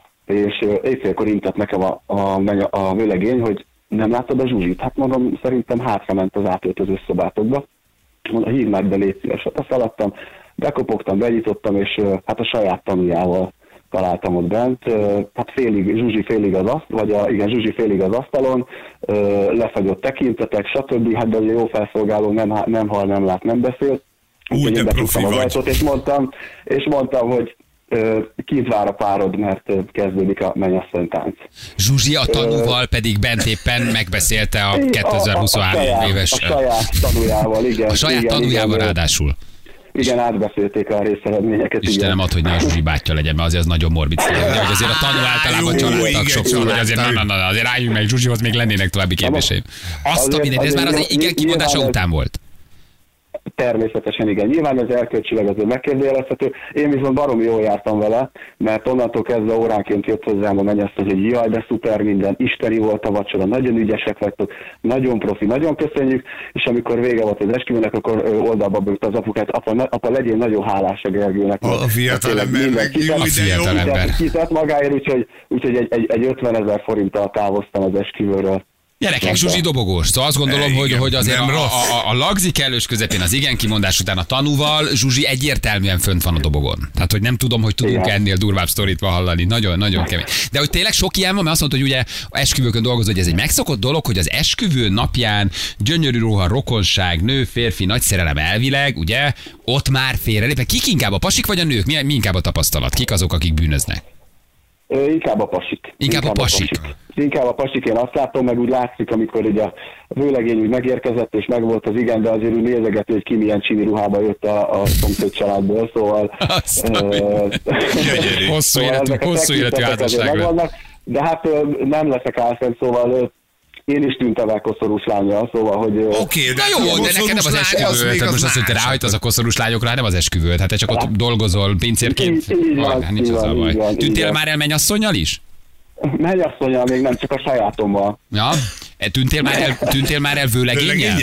És ö, éjfélkor intett nekem a, a, menya- a vőlegény, hogy nem láttad a Zsuzsit? Hát mondom, szerintem hátrament az átöltöző szobátokba. Mondom, hívd meg, de légy szíves. Hát azt eladtam, bekopogtam, benyitottam, és ö, hát a saját tanújával találtam ott bent. Ö, Hát félig, Zsuzsi félig az asztal, vagy a, igen, Zsuzsi félig az asztalon, ö, lefagyott tekintetek, stb. Hát de ugye jó felszolgáló, nem, há- nem hall, nem lát, nem beszél. Úgy, Úgyhogy de én profi becsuktam az vagy. ajtót, és mondtam, és mondtam, hogy ö, kint vár a párod, mert ö, kezdődik a mennyasszony tánc. Zsuzsi a tanúval pedig bent éppen megbeszélte a A- a- a kétezer-huszonhárom saját- éves... A saját tanújával, igen. A saját igen, tanújával igen, ráadásul. Igen, átbeszélték a részeredményeket. Istenem, igen. ad, hogy ne a Zsuzsi bátyja legyen, mert azért az nagyon morbid sztori. Ugye, hogy azért a tanú általában Jó, családtag igen, sokszor, hogy azért na, családtag. na, na, azért álljunk meg, Zsuzsihoz még lennének további kérdéseim. Azt a Azért- mindegy, ez már az azért igen nyilván kimondása ez- után volt. Természetesen igen. Nyilván ez erkölcsileg azért megkérdőjelezhető. Én viszont baromi jól jártam vele, mert onnantól kezdve óránként jött hozzám a mennyasszony, hogy jaj, de szuper minden, isteni volt a vacsora, nagyon ügyesek vagytok, nagyon profi, nagyon köszönjük, és amikor vége volt az esküvőnek, akkor ö, oldalba bőtt az apukát, apa, ne- apa legyél nagyon hálás a Gergőnek. A- a mert fiatal tényleg ember minden meg, kitett- jó, A de jó. fiatal ember. kitett- kitett magáért, úgyhogy, úgyhogy egy, egy, egy ötvenezer forinttal távoztam az esküvőről. Gyerekek, Zsuzsi dobogós. Szóval azt gondolom, Igen, hogy, hogy azért nem a, rossz. a, a, a lagzi kellős közepén az igen kimondás után a tanúval Zsuzsi egyértelműen fönt van a dobogon. Tehát, hogy nem tudom, hogy tudunk Igen. ennél durvább sztorit hallani. Nagyon, nagyon kemény. De hogy tényleg sok ilyen van, mert azt mondta, hogy ugye esküvőkön dolgozó, hogy ez egy megszokott dolog, hogy az esküvő napján gyönyörű ruha, rokonság, nő, férfi, nagy szerelem elvileg, ugye, ott már félrelép. Kik inkább a pasik vagy a nők? Mi, mi inkább a tapasztalat? Kik azok, akik bűnöznek? Inkább a pasik. Inkább a pasik. Inkább a pasik, én azt látom, meg úgy látszik, amikor ugye a vőlegény úgy megérkezett, és megvolt az igen, de azért úgy nézegeti, hogy ki milyen csini ruhába jött a, a szomszéd családból, szóval... Hosszú életű, hosszú életű házasság. De hát nem leszek álszent, szóval én is tűntem el koszorús lányjal, szóval, hogy... Oké, okay, de jó, de neked nem az esküvő. Tehát most azt, hogy te ráhajtasz a koszorús lányokra, nem az esküvő. Hát te csak ott dolgozol pincérként. Nincs az a baj. Tűntél már el mennyasszonnyal is? Mennyasszonnyal még nem, csak a sajátommal. Ja? Tűntél már el, tűntél már el vőlegénnyel?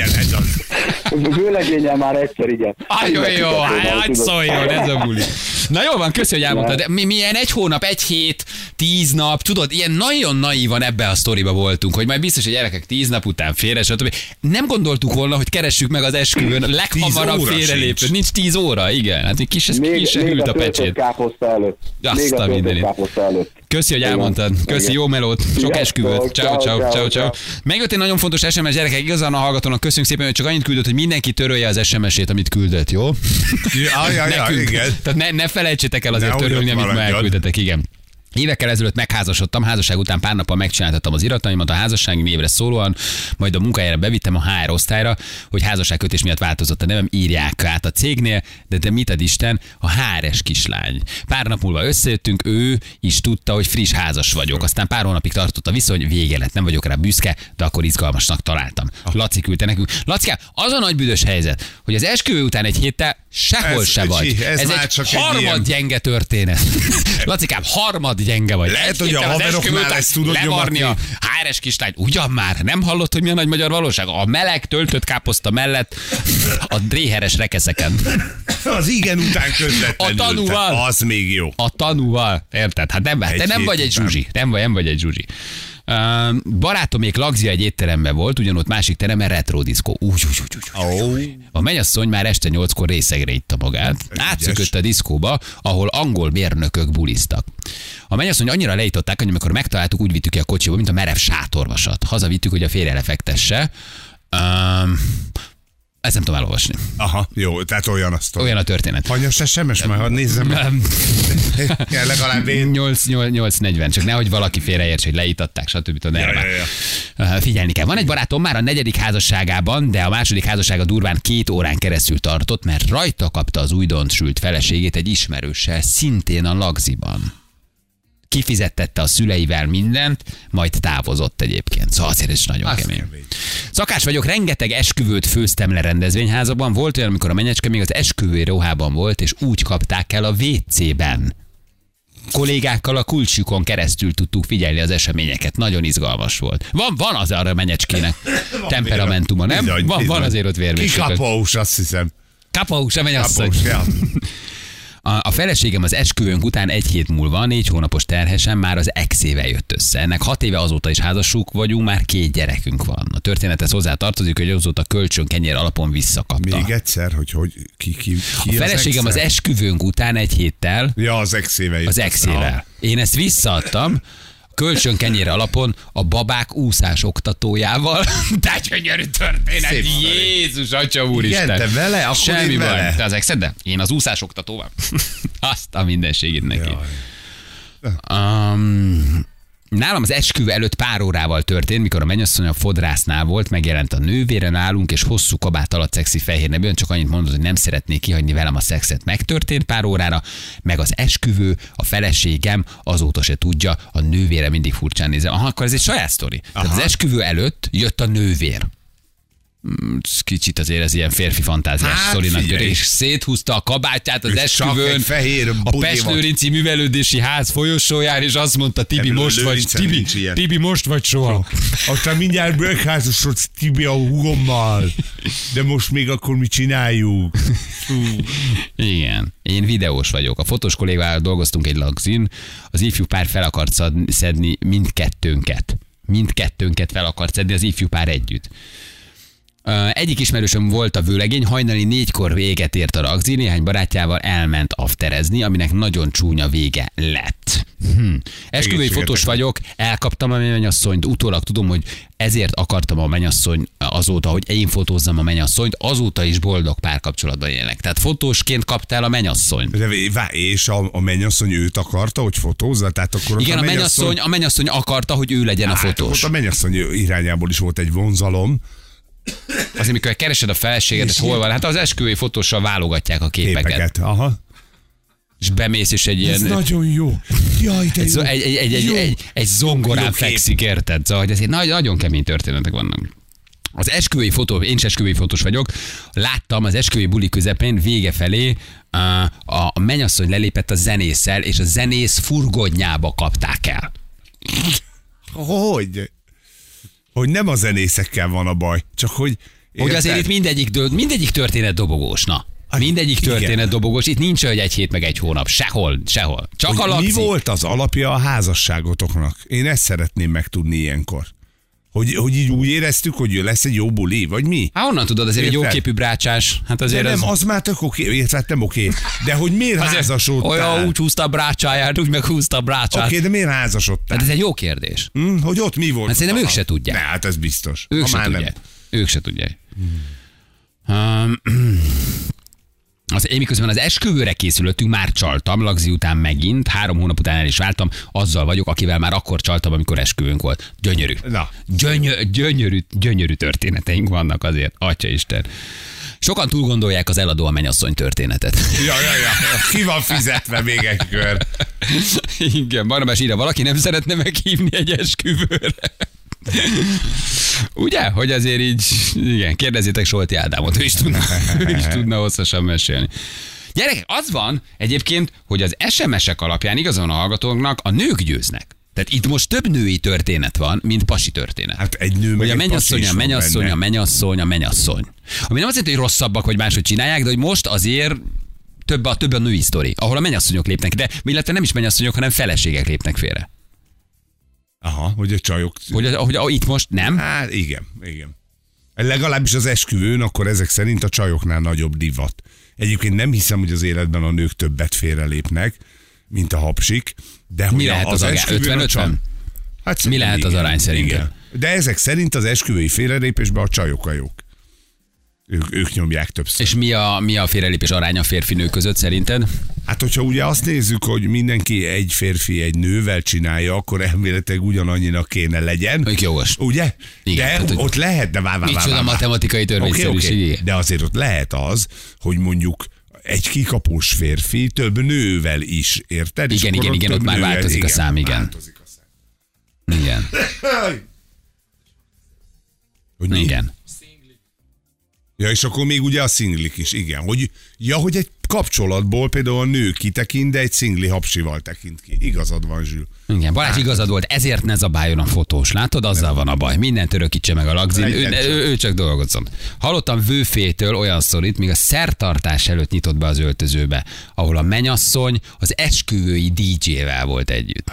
Vőlegénnyel már egyszer, igen. Ah, jó, jó, hát szóljon, ez a buli. Na jó van, köszi, hogy elmondtad. De mi, milyen egy hónap, egy hét, tíz nap, tudod, ilyen nagyon naívan ebbe a sztoriba voltunk, hogy majd biztos, hogy gyerekek tíz nap után félre, stb. Nem gondoltuk volna, hogy keressük meg az esküvőn leghamarabb félrelépőt. Nincs tíz óra, igen. Hát egy kis, még, kis még hűlt a pecsét. Káposzta előtt. Azt a mindenit. Köszi, hogy elmondtad. Köszi, jó melót, sok esküvőt. Ciao, ciao, ciao, ciao. Megjött egy nagyon fontos es em es, gyerekek, igazán a hallgatónak köszönjük szépen, hogy csak annyit küldött, hogy mindenki törölje az es em es-ét, amit küldött, jó? Ja, ja, ja, igen. Tehát ne, ne felejtsétek el azért ne, törölni, amit már elküldtetek, igen. Évekkel ezelőtt megházasodtam, házasság után pár nappal megcsináltattam az irataimat a házassági névre szólóan, majd a munkahelyre bevittem a há er osztályra, hogy házasságkötés miatt változott a nevem, írják át a cégnél, de te mit ad Isten, a há er-es kislány. Pár nap múlva összejöttünk, ő is tudta, hogy friss házas vagyok. Aztán pár hónapig tartott a viszony, vége lett, nem vagyok rá büszke, de akkor izgalmasnak találtam. Laci küldte nekünk. Lacikám, az a nagy büdös helyzet, hogy az esküvő után egy héttel sehol ez, se vagy. Ez, ez egy harmad gyenge történet. Lacikám, harmad gyenge vagy. Lehet, hogy a haveroknál ezt tudod lemarni a há er-es kislányt. Ugyan már, nem hallott, hogy mi a nagy magyar valóság? A meleg töltött káposzta mellett a dréheres rekeszeken. Az igen után közvetlenül. A tanúval. Az még jó. A tanúval. Érted? Hát nem, te nem vagy egy zsuzsi. Nem vagy, nem vagy egy zsuzsi. Uh, barátomék Lagzia egy étteremben volt, ugyanott másik teremben retro diszkó. Úgy, úgy, úgy, úgy. Oh. A mennyasszony már este nyolckor részegre itta magát. Átszökött a diszkóba, ahol angol mérnökök buliztak. A mennyasszony annyira leították, hogy amikor megtaláltuk, úgy vittük ki a kocsiba, mint a merev sátorvasat. Hazavittük, hogy a férje lefektesse. Uh, Ezt nem tudom elolvasni. Aha, jó, tehát olyan azt. Olyan a történet. Hanyas es em es, majd hadd nézzem meg. Ja, legalább én. nyolc negyven, csak nehogy valaki félreérts, hogy leítatták, stb. Ja, ja, ja. Figyelni kell. Van egy barátom már a negyedik házasságában, de a második házassága durván két órán keresztül tartott, mert rajta kapta az újdont sült feleségét egy ismerőssel, szintén a Lagziban. Kifizettette a szüleivel mindent, majd távozott egyébként. Szóval azért is nagyon kemény. kemény. Szakás vagyok, rengeteg esküvőt főztem le rendezvényházakban. Volt olyan, amikor a menyecske még az esküvői ruhában volt, és úgy kapták el a vé cében. Kollégákkal a kulcsukon keresztül tudtuk figyelni az eseményeket. Nagyon izgalmas volt. Van, van az arra a menyecskének temperamentuma, nem? Bizony, van, bizony. van azért ott vérmérséklet. Kikapaus, azt hiszem. Kapaus, a mennyasszony. Ja. A feleségem az esküvőnk után egy hét múlva, négy hónapos terhesen már az exével jött össze. Ennek hat éve azóta is házasuk vagyunk, már két gyerekünk van. A történethez hozzá tartozik, hogy azóta kölcsön kenyér alapon visszakapta. Még egyszer, hogy, hogy ki, ki, ki a feleségem az, az esküvőnk után egy héttel. Ja, az exével jött Az exével. Én ezt visszaadtam. Kölcsön kenyére alapon a babák úszás oktatójával. De gyönyörű történet. Szép Jézus, atya úristen. Igen, te vele? Akkor semmi én baj. vele. Te az exed, de én az úszás oktatóval. Azt a mindenségét neki. Um, nálam az esküvő előtt pár órával történt, mikor a mennyasszony a fodrásznál volt, megjelent a nővére nálunk, és hosszú kabát alatt szexi fehér nebőn, csak annyit mondott, hogy nem szeretnék kihagyni velem a szexet. Megtörtént pár órára, meg az esküvő, a feleségem azóta se tudja, a nővére mindig furcsán nézem. Aha, akkor ez egy saját sztori. Tehát az esküvő előtt jött a nővér. Kicsit azért ez ilyen férfi fantáziás hát, sztorinak, és széthúzta a kabátját az esküvőn, a Pest-Lőrinci művelődési ház folyosóján, és azt mondta, Tibi, Ebből most vagy, Tibi, Tibi, most vagy soha. Aztán mindjárt megházasodsz Tibi a húgommal, de most még akkor mit csináljuk? Igen, én videós vagyok. A fotós kollégával dolgoztunk egy Lagzin, az ifjú pár fel akart szedni mindkettőnket. Mindkettőnket fel akart szedni az ifjú pár együtt. Egyik ismerősöm volt a vőlegény, hajnali négykor véget ért a ragzi, néhány barátjával elment afterezni, aminek nagyon csúnya vége lett. Hm. Esküvői fotós vagyok, elkaptam a mennyasszonyt, utólag tudom, hogy ezért akartam a mennyasszony azóta, hogy én fotózzam a mennyasszonyt, azóta is boldog párkapcsolatban élnek. Tehát fotósként kaptál a mennyasszonyt. De, vá, és a, a mennyasszony őt akarta, hogy fotózza? Tehát akkor igen, a a mennyasszony, a mennyasszony akarta, hogy ő legyen hát, a fotós. Ott a mennyasszony irányából is volt egy vonzalom. Azért, mikor keresed a feleségedet, hol van? Hát az esküvői fotóssal válogatják a képeket. Képeket, aha. És bemész, és egy Ez ilyen... nagyon jó. Jaj, de egy, jó. Egy, egy, egy, egy, Jó. egy, egy zongorán Jó kép. fekszik, érted? Szóval, hogy ezért nagy, nagyon kemény történetek vannak. Az esküvői fotó, én is esküvői fotós vagyok, láttam az esküvői buli közepén vége felé a, a, a mennyasszony lelépett a zenésszel, és a zenész furgonnyába kapták el. Hogy? Hogy nem a zenészekkel van a baj, csak hogy... Hogy érted? azért itt mindegyik, dö- mindegyik történet dobogós, na. Mindegyik igen. történet dobogós, itt nincs olyan, hogy egy hét meg egy hónap, sehol, sehol. Csak Hogy a lagzi. mi volt az alapja a házasságotoknak? Én ezt szeretném megtudni ilyenkor. Hogy, hogy így úgy éreztük, hogy lesz egy jó buli, vagy mi? Hát honnan tudod, azért egy Érted? jóképű brácsás, hát De azért nem, az... az már tök oké, érted, nem oké. De hogy miért Azért házasodtál? olyan úgy húzta a brácsáját, úgy meg húzta a brácsát. Oké, de miért házasodtál? Hát ez egy jó kérdés. Hm, hogy ott mi volt? Hát szerintem Aha. ők se tudják. Ne, hát ez biztos. Ők Ha se már tudják. Ők se tudják. Um, az, én miközben az esküvőre készülöttünk, már csaltam, lagzi után megint, három hónap után el is váltam, azzal vagyok, akivel már akkor csaltam, amikor esküvőnk volt. Gyönyörű. Na. Gyönyö, gyönyörű, gyönyörű történeteink vannak azért, Atyaisten. Sokan túl gondolják az eladó a mennyasszony történetet. Ja, ja, ja. Ki van fizetve még egy kör? Igen, Barnabás írja, valaki nem szeretne meghívni egy esküvőre. Ugye? Hogy azért így, igen, kérdezzétek Solti Ádámot, ő is tudna, ő is tudna hosszasan mesélni. Gyerekek, az van egyébként, hogy az es em es-ek alapján igazán a hallgatóknak a nők győznek. Tehát itt most több női történet van, mint pasi történet. Hát egy nő meg Hogy a egy mennyasszony, pasi is a van mennyasszony, benne. a mennyasszony, a mennyasszony. Ami nem azt jelenti, hogy rosszabbak, vagy máshogy csinálják, de hogy most azért több a, több a női sztori, ahol a mennyasszonyok lépnek, de illetve nem is mennyasszonyok, hanem feleségek lépnek félre. Aha, hogy a csajok... Hogy, hogy, hogy itt most nem? Hát igen, igen. Legalábbis az esküvőn akkor ezek szerint a csajoknál nagyobb divat. Egyébként nem hiszem, hogy az életben a nők többet félrelépnek, mint a hapsik. De hogy Mi lehet az, az esküvőn ötven a ötven? csaj- Hát Mi lehet az igen, arány szerinted? igen. De ezek szerint az esküvői félrelépésben a csajok a jók. Ők, ők nyomják többször. És mi a, mi a félrelépés aránya férfi-nő között szerinted? Hát, hogyha ugye azt nézzük, hogy mindenki egy férfi egy nővel csinálja, akkor elméletileg ugyanannyinak kéne legyen. Ők jogos. Ugye? Igen, de tehát, hogy ott lehet, de vá, vá, vá, Micsoda vá, vá. matematikai törvényszerűség. Oké, oké. Igen. De azért ott lehet az, hogy mondjuk egy kikapós férfi több nővel is, érted? És Igen, akkor igen, igen, több ott már nővel- változik a szám, igen. Változik a szám. Igen. Hogy mi? Igen. Ja, és akkor még ugye a szinglik is, igen. Hogy, ja, hogy egy kapcsolatból például a nő kitekint, de egy szingli hapsival tekint ki. Igazad van, Zsül. Igen, Balázs igazad volt, ezért ne zabáljon a fotós, látod, azzal van a baj. Mindent örökítse meg a lagzin, ő, Legyen ő, ő csak dolgozzon. Hallottam Vőfétől olyan szorít, míg a szertartás előtt nyitott be az öltözőbe, ahol a mennyasszony az esküvői dé dzsével volt együtt.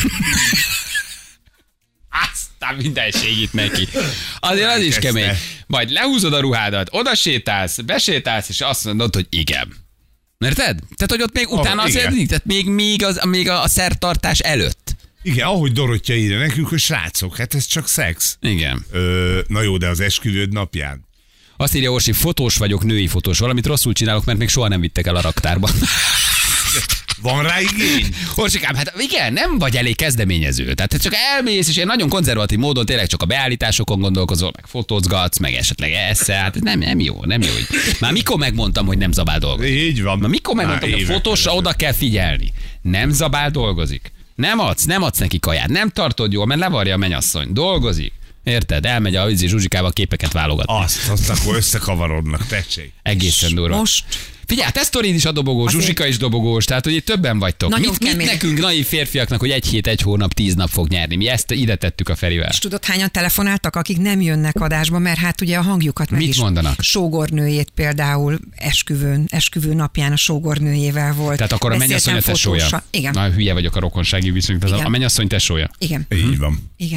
Aztán minden segít neki. Azért az is Elkezdte. kemény. Majd lehúzod a ruhádat, oda sétálsz, besétálsz, és azt mondod, hogy igen. Érted? Tehát, hogy ott még utána Oh, azért, igen. tehát még, még, az, még a, a szertartás előtt. Igen, ahogy Dorottya írja nekünk, hogy srácok, hát ez csak szex. Igen. Ö, na jó, de az esküvőd napján. Azt írja Orsi, fotós vagyok, női fotós. Valamit rosszul csinálok, mert még soha nem vittek el a raktárba. Van rá igény? Orsikám, hát igen, nem vagy elég kezdeményező. Tehát csak elmész, és én nagyon konzervatív módon tényleg csak a beállításokon gondolkozol, meg fotózgatsz, meg esetleg eszel. Hát ez nem, nem jó, nem jó. Már mikor megmondtam, hogy nem zabál dolgozik? Így van. Már mikor megmondtam, Már hogy a évek fotósra ezelőtt. oda kell figyelni. Nem zabál dolgozik. Nem adsz, nem adsz neki kaját, nem tartod jól, mert levarja a mennyasszony. Dolgozik. Érted? Elmegy a Izzi Zsuzsikával képeket válogatni. Azt, azt akkor összekavarodnak, tessék. Egészen durva. Most Figyelj, te sztorid is a dobogós, Azért- Zsuzsika is dobogós, tehát hogy itt többen vagytok. Nagyon Mit, mit kemény. nekünk, naiv férfiaknak, hogy egy hét, egy hónap, tíz nap fog nyerni? Mi ezt ide tettük a Ferivel. és tudod, hányan telefonáltak, akik nem jönnek adásba, mert hát ugye a hangjukat meg Mit is. mondanak? Sógornőjét például esküvőn, esküvő napján a sógornőjével volt. Tehát akkor a mennyasszony a Beszéltem tesója. fotóssal. Igen, Na, hülye vagyok a rokonsági viszonyt, az a, Igen. a mennyasszony tesója. igen, Így van. igen.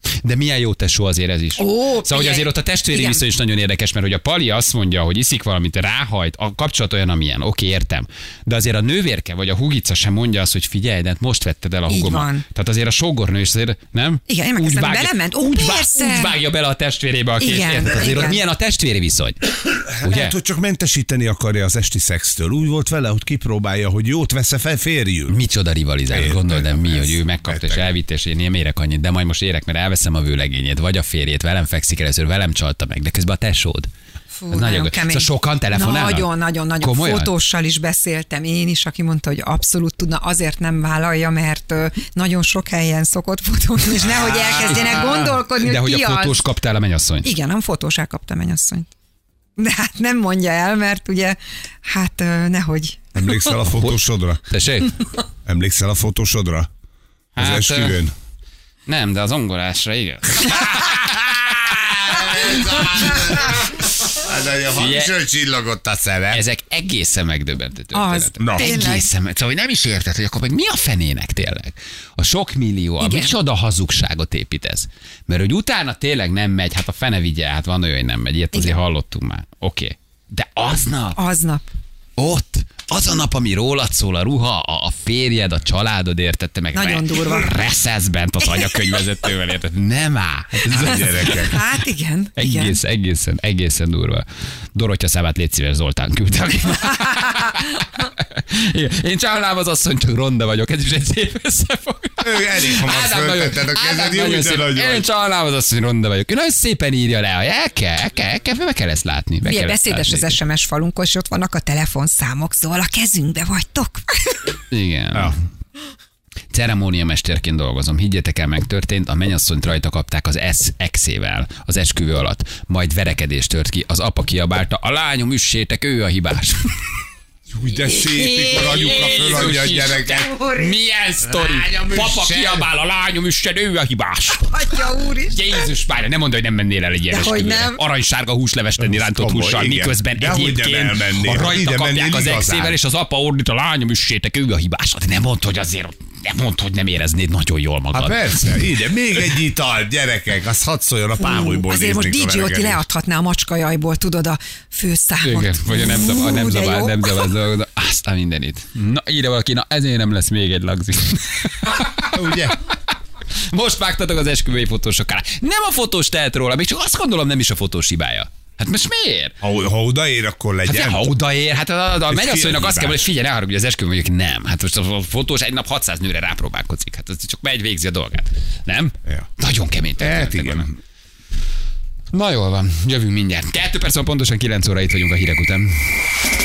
De milyen jó tesó azért ez is. Ó, szóval, hogy figyelj. azért ott a testvéri Igen. viszony is nagyon érdekes, mert hogy a Pali azt mondja, hogy iszik valamit, ráhajt, a kapcsolat olyan, amilyen. Oké, értem. De azért a nővérke vagy a hugica sem mondja azt, hogy figyelj, de hát most vetted el a Így hugomat. van. Tehát azért a sógornő is azért, nem? Igen, én meg aztán belement. Ó, úgy, vág, persze. úgy vágja bele a testvérébe a két. Igen, Érted? Azért igen. ott milyen a testvéri viszony. Ugye? Lehet, hogy csak mentesíteni akarja az esti szextől. Úgy volt vele, hogy kipróbálja, hogy jót vesz-e fel férjül. Micsoda rivalizál, Értem, gondold el mi, ez hogy ő megkapta és beteg. elvitte, és én ilyen mérek annyit, de majd most érek, mert elveszem a vőlegényét, vagy a férjét, velem fekszik először, velem csalta meg, de közben a tesód. Fú, Ez nagyon kemény. Szóval sokan telefonálnak? Nagyon, nagyon, nagyon. Komolyan? Fotóssal is beszéltem én is, aki mondta, hogy abszolút tudna, azért nem vállalja, mert ö, nagyon sok helyen szokott fotózni, és nehogy elkezdjenek gondolkodni, De hogy hogy ki a fotós az. kaptál a mennyasszonyt? Igen, a fotós elkapta mennyasszonyt. De hát nem mondja el, mert ugye, hát ö, nehogy. Emlékszel a fotósodra? Tessék? Emlékszel a fotósodra? Az Hát, esküvőn? Nem, de az ongolásra igen. Figyelj, csillogott a szeme. Ezek egészen megdöbbentő Az, történetek. Na. tényleg. Egészen, meg- szóval hogy nem is érted, hogy akkor meg mi a fenének tényleg? A sok millió, a Igen. micsoda hazugságot építesz. Mert hogy utána tényleg nem megy, hát a fene vigye, hát van olyan, hogy nem megy, ilyet azért Igen. hallottunk már. Oké. Okay. De aznap, Aznap. ott, az a nap, ami rólad szól, a ruha, a, a férjed, a családod, értette meg. Nagyon durva. Reszesz bent az anyakönyvvezetővel, érted? Nem áll. Hát ez a gyerekek. Hát igen, igen. Egész, egészen, egészen durva. Dorottya számát légy szíves, Zoltán küldte. Igen. Én csálnám az asszony, csak ronda vagyok, ez is egy szép összefog. Ő elég hamar Ádám nagyon- föltetted a Ádám kezed, jó, nagyon de szép. nagy Én vagy. csalnám az asszony, ronda vagyok. Ő nagyon szépen írja le, hogy el kell, el kell, el kell, be kell ezt látni. Be Ugye kell ezt beszédes látni. az es em es falunkon, és ott vannak a telefonszámok, szóval a kezünkbe vagytok. Igen. Ja. Ceremóniamesterként dolgozom. Higgyétek el, megtörtént, a mennyasszonyt rajta kapták az S exével az esküvő alatt. Majd verekedés tört ki. Az apa kiabálta, a lányom üssétek, ő a hibás. Úgy de szép, mikor anyuka föladja a gyereket. Milyen sztori? Lányom Papa üssen. kiabál, a lányom üssen, ő a hibás. Atya úr is. Jézus Mária, nem mondd, hogy nem mennél el egy ilyen Dehogy esküvőre. nem. Aranysárga húsleves tenni rántott komoly, hússal, igen. miközben Dehogy nem egyébként elmennél. a rajta Ide kapják mennél az igazán. exével, és az apa ordít, a lányom üssétek, ő a hibás. De nem mondd, hogy azért, nem mondd, hogy nem éreznéd nagyon jól magad. Hát persze, ide, még egy ital, gyerekek, az hadd szóljon a páholyból. Azért most néznék a dé dzsé Oti verekedést. leadhatná a macskajajból, tudod, a főszámot. Igen, vagy a nem zabál, nem Fú, de zabál, jó. nem zabál, de aztán mindenit. Na, írja valaki, na ezért nem lesz még egy lagzi. Ugye? Most vágtatok az esküvői fotósok alá. Nem a fotós tehet róla, még csak azt gondolom, nem is a fotós hibája. Hát most miért? Ha, ha odaér, akkor Hát legyen. ha odaér, hát a, a, a mennyasszonynak azt kell, hibás? hogy figyelj, ne haragudj, az esküvő mondjuk nem. Hát most a fotós egy nap hatszáz nőre rápróbálkozik. Hát az csak megy, végzi a dolgát. Nem? Ja. Nagyon kemény. Hát történetek igen. vannak. Na jól van, jövünk mindjárt. Kettő perc van pontosan kilenc óra, itt vagyunk a hírek után.